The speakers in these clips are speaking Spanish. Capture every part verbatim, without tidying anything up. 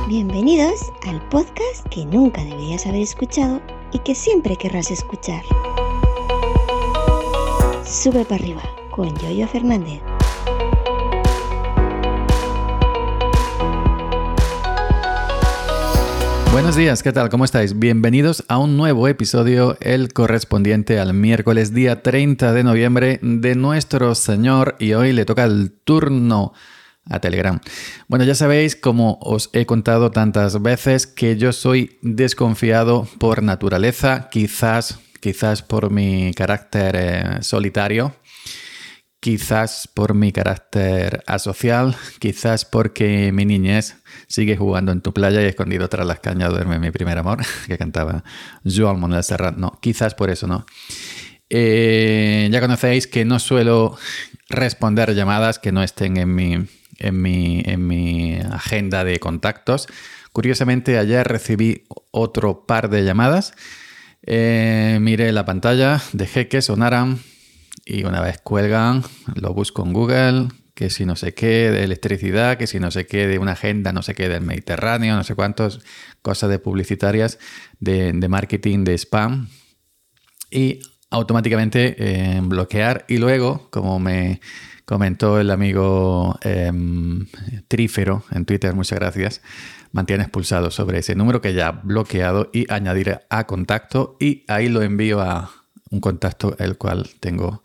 Bienvenidos al podcast que nunca deberías haber escuchado y que siempre querrás escuchar. Sube para arriba con Yoyo Fernández. Buenos días, ¿qué tal? ¿Cómo estáis? Bienvenidos a un nuevo episodio, el correspondiente al miércoles día treinta de noviembre de nuestro Señor, y hoy le toca el turno a Telegram. Bueno, ya sabéis, como os he contado tantas veces, que yo soy desconfiado por naturaleza, quizás, quizás por mi carácter eh, solitario, quizás por mi carácter asocial, quizás porque mi niñez sigue jugando en tu playa y escondido tras las cañas duerme mi primer amor, que cantaba Joan Manuel Serrat. No, quizás por eso no. Eh, ya conocéis que no suelo responder llamadas que no estén en mi, en mi, en mi agenda de contactos. Curiosamente, ayer recibí otro par de llamadas. Eh, miré la pantalla, dejé que sonaran y una vez cuelgan, lo busco en Google, que si no sé qué de electricidad, que si no sé qué de una agenda, no sé qué del Mediterráneo, no sé cuántas cosas de publicitarias, de, de marketing, de spam, y automáticamente eh, bloquear. Y luego, como me comentó el amigo eh, Trífero en Twitter, muchas gracias, mantienes pulsado sobre ese número que ya bloqueado y añadir a contacto, y ahí lo envío a un contacto el cual tengo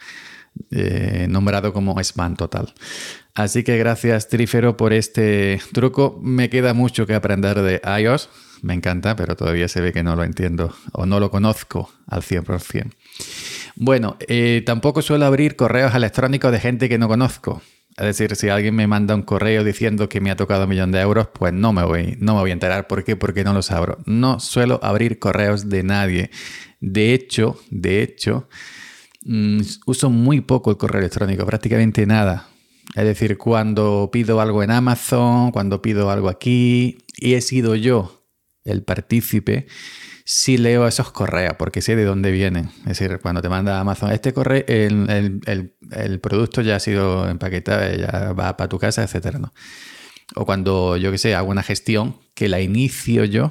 eh, nombrado como spam total. Así que gracias, Trífero, por este truco. Me queda mucho que aprender de iOS. Me encanta, pero todavía se ve que no lo entiendo o no lo conozco al cien por ciento. Bueno, eh, tampoco suelo abrir correos electrónicos de gente que no conozco. Es decir, si alguien me manda un correo diciendo que me ha tocado un millón de euros, pues no me voy, no me voy a enterar. ¿Por qué? Porque no los abro. No suelo abrir correos de nadie. De hecho, de hecho, mmm, uso muy poco el correo electrónico, prácticamente nada. Es decir, cuando pido algo en Amazon, cuando pido algo aquí, y he sido yo el partícipe, sí leo esos correos porque sé de dónde vienen. Es decir, cuando te manda Amazon este correo, el, el, el, el producto ya ha sido empaquetado, ya va para tu casa, etcétera, ¿no? O cuando, yo qué sé, hago una gestión que la inicio yo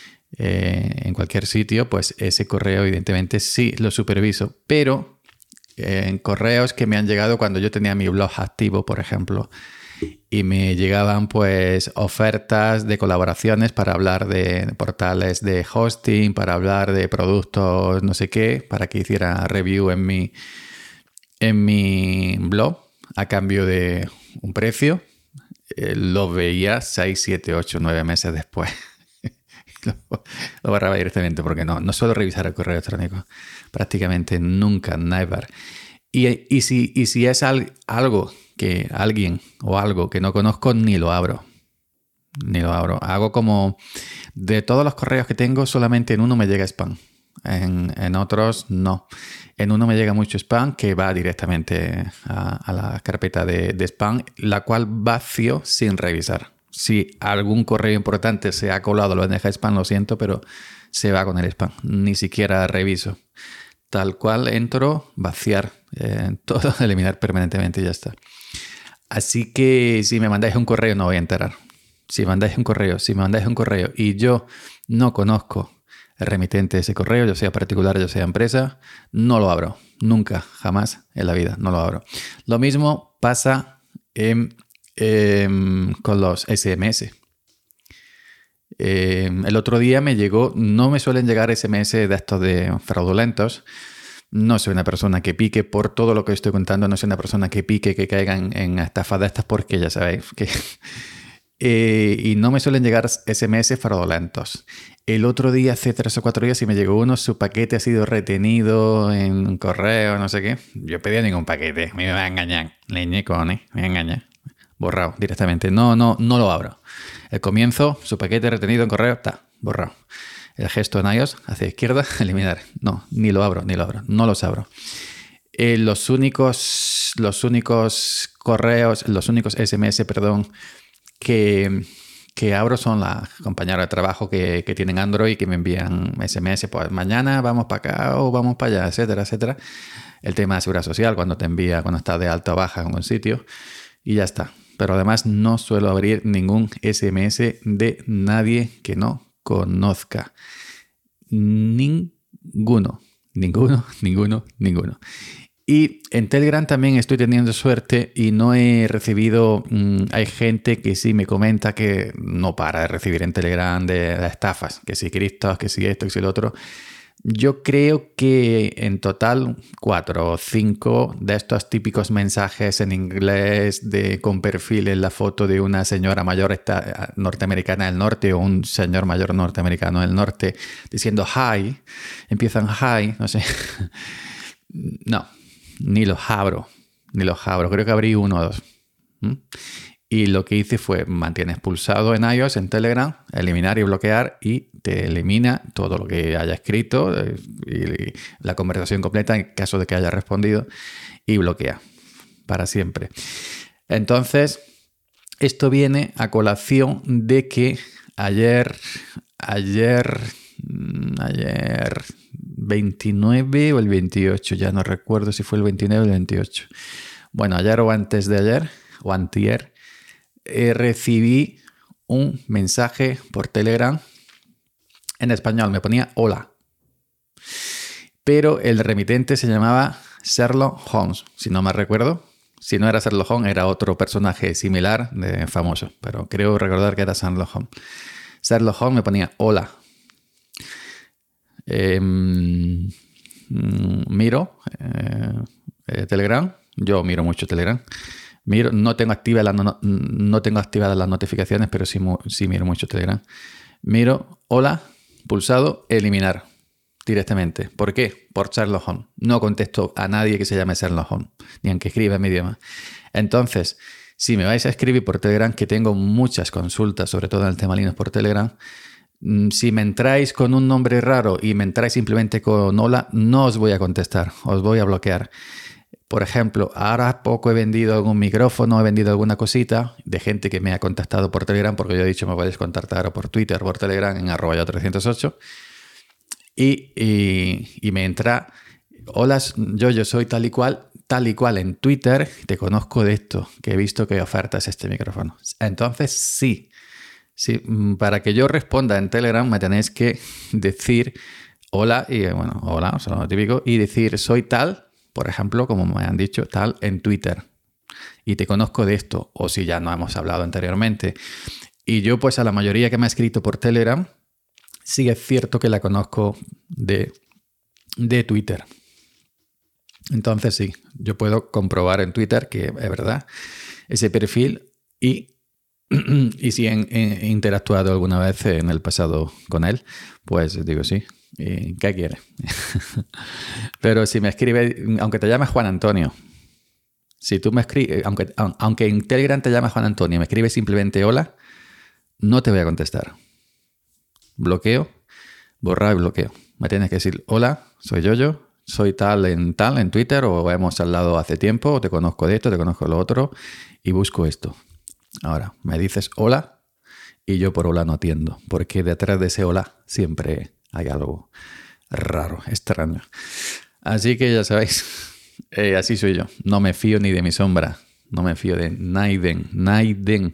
eh, en cualquier sitio, pues ese correo evidentemente sí lo superviso. Pero eh, en correos que me han llegado cuando yo tenía mi blog activo, por ejemplo, y me llegaban pues ofertas de colaboraciones para hablar de portales de hosting, para hablar de productos no sé qué, para que hiciera review en mi, en mi blog a cambio de un precio. Eh, lo veía seis, siete, ocho, nueve meses después. lo, lo borraba directamente porque no, no suelo revisar el correo electrónico. Prácticamente nunca, never. Y, y, si, y si es al, algo que alguien o algo que no conozco, ni lo abro. Ni lo abro. Hago como de todos los correos que tengo, solamente en uno me llega spam. En, en otros no. En uno me llega mucho spam que va directamente a, a la carpeta de, de spam, la cual vacío sin revisar. Si algún correo importante se ha colado lo deja spam, lo siento, pero se va con el spam. Ni siquiera reviso. Tal cual entro, vaciar, eh, todo, eliminar permanentemente y ya está. Así que si me mandáis un correo no voy a enterar. Si mandáis un correo, si me mandáis un correo y yo no conozco el remitente de ese correo, yo sea particular, yo sea empresa, no lo abro. Nunca, jamás en la vida, no lo abro. Lo mismo pasa en, eh, con los ese eme ese. Eh, el otro día me llegó, no me suelen llegar ese eme ese de estos de fraudulentos. No soy una persona que pique por todo lo que estoy contando, no soy una persona que pique, que caiga en, en estafas de estas, porque ya sabéis que... eh, y no me suelen llegar ese eme ese fraudulentos. El otro día, hace tres o cuatro días, sí me llegó uno, su paquete ha sido retenido en un correo, no sé qué. Yo pedía ningún paquete, me va a engañar. Leñecones, me va a engañar. Borrado directamente. No, no, no lo abro. El comienzo, su paquete retenido en correo, está borrado. El gesto en iOS, hacia izquierda, eliminar. No, ni lo abro, ni lo abro. No los abro. Eh, los únicos, los únicos correos, los únicos ese eme ese, perdón, que, que abro son las compañeras de trabajo que, que tienen Android y que me envían ese eme ese. Pues mañana vamos para acá o vamos para allá, etcétera, etcétera. El tema de seguridad social, cuando te envía, cuando estás de alta o baja en un sitio. Y ya está. pero además no suelo abrir ningún ese eme ese de nadie que no conozca. Ninguno, ninguno, ninguno, ninguno. Y en Telegram también estoy teniendo suerte y no he recibido... Mmm, hay gente que sí me comenta que no para de recibir en Telegram de, de estafas, que si criptos, que si esto, que si lo otro. Yo creo que en total cuatro o cinco de estos típicos mensajes en inglés de, con perfil en la foto de una señora mayor esta, norteamericana del norte o un señor mayor norteamericano del norte diciendo hi, empiezan hi, no sé. No, ni los abro, ni los abro. Creo que abrí uno o dos. ¿Mm? Y lo que hice fue mantienes pulsado en iOS, en Telegram, eliminar y bloquear y te elimina todo lo que haya escrito eh, y la conversación completa en caso de que haya respondido y bloquea para siempre. Entonces, esto viene a colación de que ayer, ayer, ayer veintinueve o el veintiocho, ya no recuerdo si fue el veintinueve o el veintiocho. Bueno, ayer o antes de ayer, o antier, Eh, recibí un mensaje por Telegram en español, me ponía hola, pero el remitente se llamaba Sherlock Holmes, si no me recuerdo. Si no era Sherlock Holmes, era otro personaje similar de famoso, pero creo recordar que era Sherlock Holmes. Sherlock Holmes me ponía hola. Eh, miro eh, eh, Telegram, yo miro mucho Telegram. Miro, no tengo activas las no, no tengo activadas las notificaciones, pero sí, sí miro mucho Telegram. Miro, hola, pulsado, eliminar directamente. ¿Por qué? Por Sherlock Holmes. No contesto a nadie que se llame Sherlock Holmes, ni aunque escriba en mi idioma. Entonces, si me vais a escribir por Telegram, que tengo muchas consultas, sobre todo en el tema Linux por Telegram, si me entráis con un nombre raro y me entráis simplemente con hola, no os voy a contestar, os voy a bloquear. Por ejemplo, ahora poco he vendido algún micrófono, he vendido alguna cosita de gente que me ha contactado por Telegram, porque yo he dicho me podéis contactar por Twitter, por Telegram, en arroba yo trescientos ocho. Y, y, y me entra, hola, yo, yo soy tal y cual, tal y cual en Twitter, te conozco de esto, que he visto que ofertas este micrófono. Entonces, sí, sí, para que yo responda en Telegram me tenéis que decir hola, y bueno, hola, eso es lo típico, y decir soy tal, por ejemplo, como me han dicho, tal en Twitter. Y te conozco de esto. O si ya no hemos hablado anteriormente. Y yo, pues a la mayoría que me ha escrito por Telegram, sí es cierto que la conozco de, de Twitter. Entonces sí, yo puedo comprobar en Twitter que es verdad ese perfil. Y, y si he, he interactuado alguna vez en el pasado con él, pues digo sí. ¿Y qué quiere? Pero si me escribe, aunque te llames Juan Antonio, si tú me escribes, aunque, aunque en Telegram te llamas Juan Antonio, me escribes simplemente hola, no te voy a contestar. Bloqueo, borrar y bloqueo. Me tienes que decir hola, soy Yoyo, soy tal en tal en Twitter, o hemos hablado hace tiempo, o te conozco de esto, te conozco de lo otro, y busco esto. Ahora, me dices hola, y yo por hola no atiendo, porque detrás de ese hola siempre hay algo raro, extraño. Así que ya sabéis, eh, así soy yo. No me fío ni de mi sombra. No me fío de Naiden. Naiden.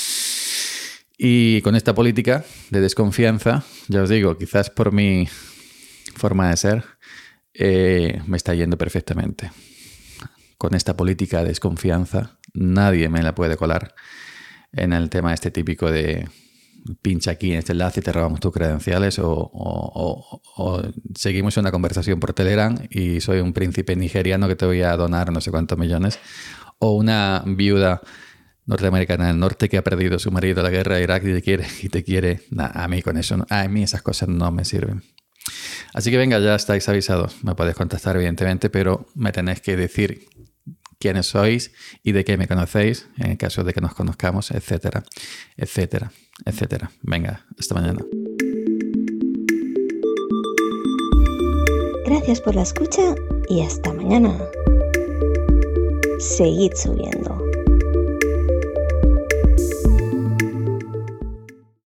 Y con esta política de desconfianza, ya os digo, quizás por mi forma de ser, eh, me está yendo perfectamente. Con esta política de desconfianza, nadie me la puede colar en el tema este típico de pincha aquí en este enlace y te robamos tus credenciales, o, o, o, o seguimos una conversación por Telegram y soy un príncipe nigeriano que te voy a donar no sé cuántos millones, o una viuda norteamericana del norte que ha perdido a su marido en la guerra de Irak y te quiere, y te quiere. Nah, a mí con eso, no, a mí esas cosas no me sirven. Así que venga, ya estáis avisados. Me podéis contactar evidentemente, pero me tenéis que decir quiénes sois y de qué me conocéis, en el caso de que nos conozcamos, etcétera, etcétera, etcétera. Venga, hasta mañana. Gracias por la escucha y hasta mañana. Seguid subiendo.